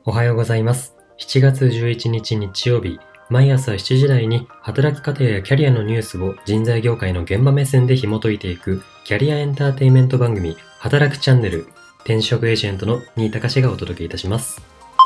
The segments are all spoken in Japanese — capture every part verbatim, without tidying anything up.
おはようございます。しちがつじゅういちにち日曜日、毎朝しちじ台に働き方やキャリアのニュースを人材業界の現場目線で紐解いていくキャリアエンターテインメント番組働くチャンネル、転職エージェントの新高がお届けいたします。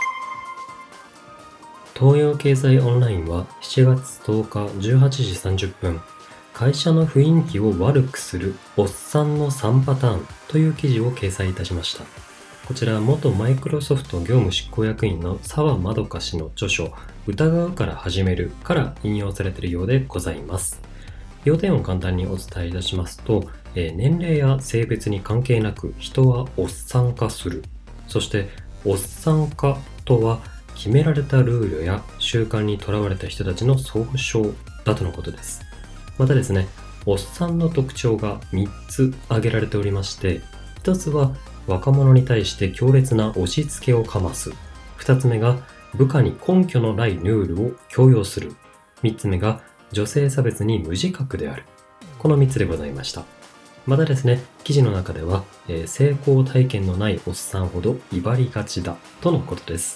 東洋経済オンラインはしちがつとおかじゅうはちじさんじゅっぷん、会社の雰囲気を悪くするおっさんのさんパターンという記事を掲載いたしました。こちら元マイクロソフト業務執行役員の澤まどか氏の著書疑うから始めるから引用されているようでございます。要点を簡単にお伝えいたしますと、えー、年齢や性別に関係なく人はおっさん化する。そしておっさん化とは決められたルールや習慣にとらわれた人たちの総称だとのことです。またですね、おっさんの特徴がみっつ挙げられておりまして、ひとつは若者に対して強烈な押し付けをかます。二つ目が部下に根拠のないルールを強要する。三つ目が女性差別に無自覚である。この三つでございました。またですね、記事の中では、えー、成功体験のないおっさんほど威張りがちだとのことです。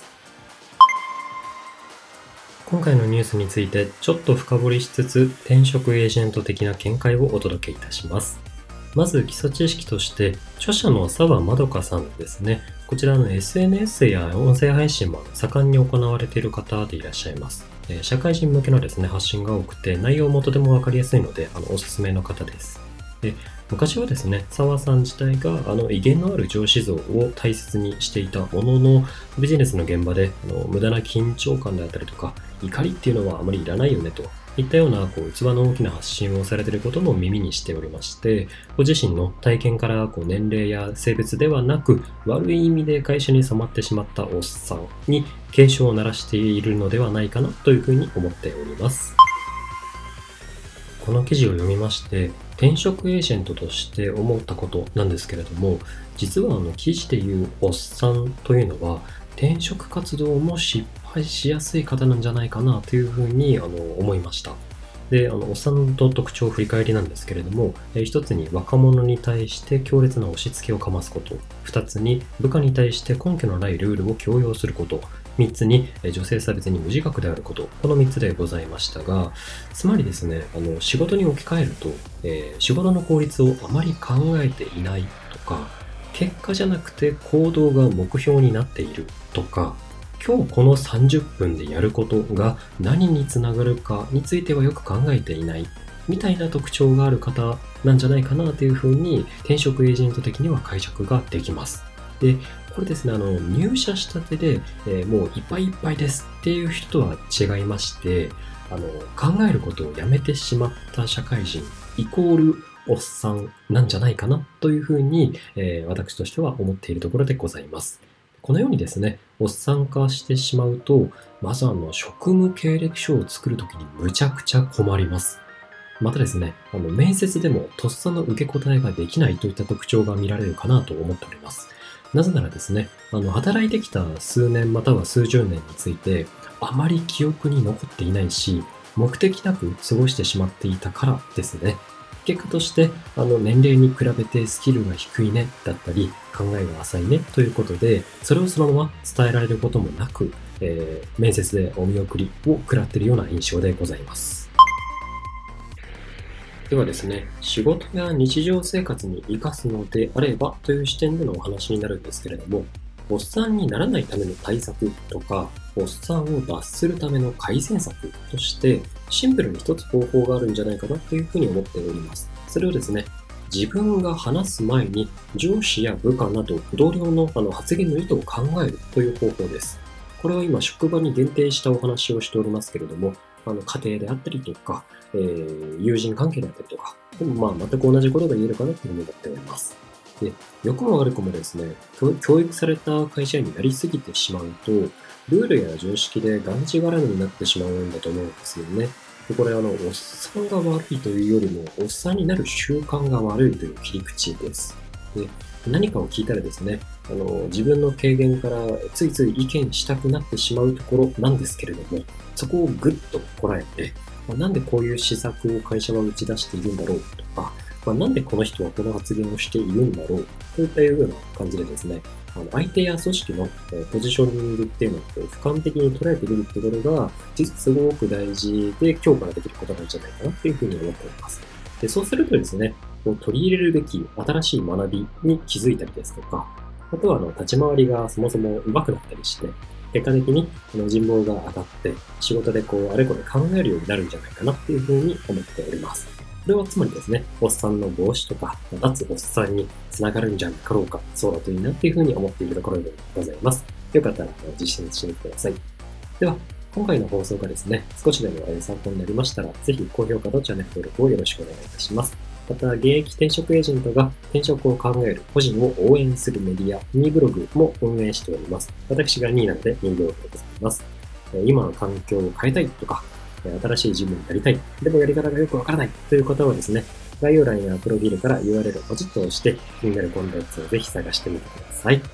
今回のニュースについてちょっと深掘りしつつ転職エージェント的な見解をお届けいたします。まず基礎知識として、著者の澤まどかさんですね。こちらの エスエヌエス や音声配信も盛んに行われている方でいらっしゃいます。えー、社会人向けのですね、発信が多くて、内容もとてもわかりやすいので、あのおすすめの方です。で、昔はですね、澤さん自体があの威厳のある上司像を大切にしていたものの、ビジネスの現場であの無駄な緊張感であったりとか、怒りっていうのはあまりいらないよねといったようなこう器の大きな発信をされていることも耳にしておりまして、ご自身の体験からこう年齢や性別ではなく悪い意味で会社に染まってしまったおっさんに警鐘を鳴らしているのではないかなというふうに思っております。この記事を読みまして転職エージェントとして思ったことなんですけれども、実はあの記事でいうおっさんというのは転職活動も失敗しやすい方なんじゃないかなというふうにあの思いました。で、あのおっさんの特徴を振り返りなんですけれども、え一つに若者に対して強烈な押し付けをかますこと、二つに部下に対して根拠のないルールを強要すること、三つに女性差別に無自覚であること、この三つでございましたが、つまりですね、あの仕事に置き換えると、えー仕事の効率をあまり考えていないとか、結果じゃなくて行動が目標になっているとか、今日このさんじゅっぷんでやることが何につながるかについてはよく考えていないみたいな特徴がある方なんじゃないかなというふうに転職エージェント的には解釈ができます。で、これですね、あの入社したてで、えーもういっぱいいっぱいですっていう人とは違いまして、あの考えることをやめてしまった社会人イコールおっさんなんじゃないかなというふうに、えー私としては思っているところでございます。このようにですね、おっさん化してしまうと、まずあの職務経歴書を作るときにむちゃくちゃ困ります。またですね、あの面接でもとっさの受け答えができないといった特徴が見られるかなと思っております。なぜならですね、あの働いてきた数年または数十年について、あまり記憶に残っていないし、目的なく過ごしてしまっていたからですね。結果として、あの年齢に比べてスキルが低いねだったり、考えが浅いねということで、それをそのまま伝えられることもなく、えー面接でお見送りを食らっているような印象でございます。ではですね、仕事や日常生活に活かすのであればという視点でのお話になるんですけれども、おっさんにならないための対策とか、おっさんを脱するための改善策として、シンプルに一つ方法があるんじゃないかなというふうに思っております。それをですね、自分が話す前に上司や部下など同僚のあの発言の意図を考えるという方法です。これは今職場に限定したお話をしておりますけれども、あの家庭であったりとか、えー友人関係であったりとか、でもまあ全く同じことが言えるかなというふうに思っております。で、良くも悪くもですね、教教育された会社員になりすぎてしまうと、ルールや常識でがんじがらめになってしまうんだと思うんですよね。で、これあの、おっさんが悪いというよりも、おっさんになる習慣が悪いという切り口です。で、何かを聞いたらですね、あの、自分の経験からついつい意見したくなってしまうところなんですけれども、そこをぐっとこらえて、まあなんでこういう施策を会社は打ち出しているんだろうとか、まあ、なんでこの人はこの発言をしているんだろうといったような感じでですね、 あの相手や組織のえーポジショニングっていうのをこう俯瞰的に捉えてみるっていうことが、実はすごく大事で強化ができることなんじゃないかなっていうふうに思っております。で、そうするとですね、こう取り入れるべき新しい学びに気づいたりですとか、あとはあの立ち回りがそもそも上手くなったりして、結果的にあの人望が上がって、仕事でこうあれこれ考えるようになるんじゃないかなっていうふうに思っております。これはつまりですね、おっさんの防止とか、脱おっさんにつながるんじゃなかろうか、そうだといいなっていうふうに思っているところでございます。よかったら実践してみてください。では、今回の放送がですね、少しでも参考になりましたら、ぜひ高評価とチャンネル登録をよろしくお願いいたします。また、現役転職エージェントが転職を考える個人を応援するメディア、ニーブログも運営しております。私がニーなのでニーブログでございます。今の環境を変えたいとか、新しい事務になりたい。でもやり方がよくわからないという方はですね、概要欄やプロフィールから ユーアールエル をポチッと押して気になるコンテンツをぜひ探してみてください。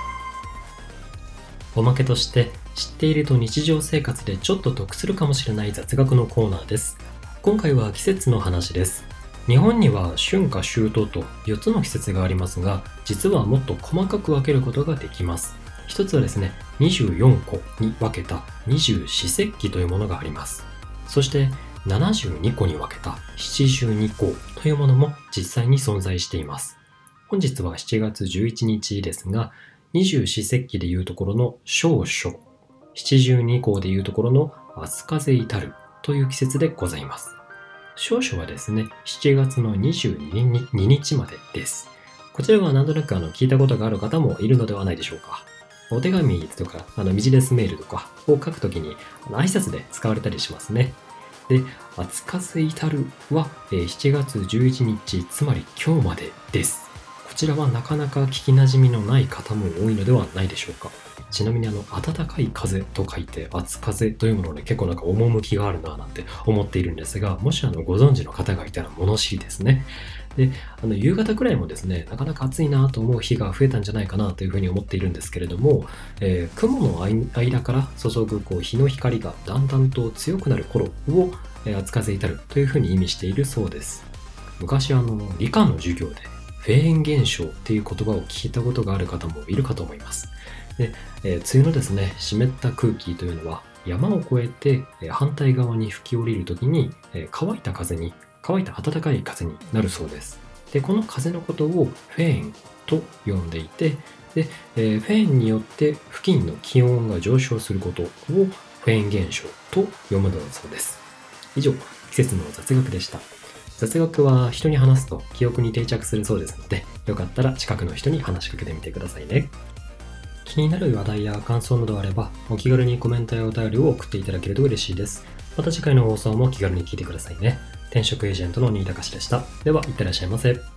おまけとして、知っていると日常生活でちょっと得するかもしれない雑学のコーナーです。今回は季節の話です。日本には春夏秋冬とよっつの季節がありますが、実はもっと細かく分けることができます。一つはですね、にじゅうよんこに分けた二十四節気というものがあります。そしてななじゅうにこに分けた七十二候というものも実際に存在しています。本日はしちがつじゅういちにちですが、二十四節気でいうところの小暑、七十二候でいうところの暑風至るという季節でございます。小暑はですね、しちがつのにじゅうににちまでです。こちらはなんとなくあの聞いたことがある方もいるのではないでしょうか。お手紙とか、あのビジネスメールとかを書くときにあの挨拶で使われたりしますね。で、暑風至るは、えー、しちがつじゅういちにち、つまり今日までです。こちらはなかなか聞き馴染みのない方も多いのではないでしょうか。ちなみにあの暖かい風と書いて暑風というもので結構なんか趣があるなぁなんて思っているんですが、もしあのご存知の方がいたら物知りですね。で、あの夕方くらいもですね、なかなか暑いなと思う日が増えたんじゃないかなというふうに思っているんですけれども、えー、雲の間から注ぐこう日の光がだんだんと強くなる頃を、えー、暑風至るというふうに意味しているそうです。昔あの理科の授業でフェーン現象っていう言葉を聞いたことがある方もいるかと思います。で、えー、梅雨のですね、湿った空気というのは山を越えて、えー、反対側に吹き降りるときに、えー、乾いた風に乾いた暖かい風になるそうです。で、この風のことをフェーンと呼んでいて、で、えー、フェーンによって付近の気温が上昇することをフェーン現象と読むのだそうです。以上、季節の雑学でした。雑学は人に話すと記憶に定着するそうですので、よかったら近くの人に話しかけてみてくださいね。気になる話題や感想などあれば、お気軽にコメントやお便りを送っていただけると嬉しいです。また次回の放送も気軽に聞いてくださいね。転職エージェントの新高志でした。では、いってらっしゃいませ。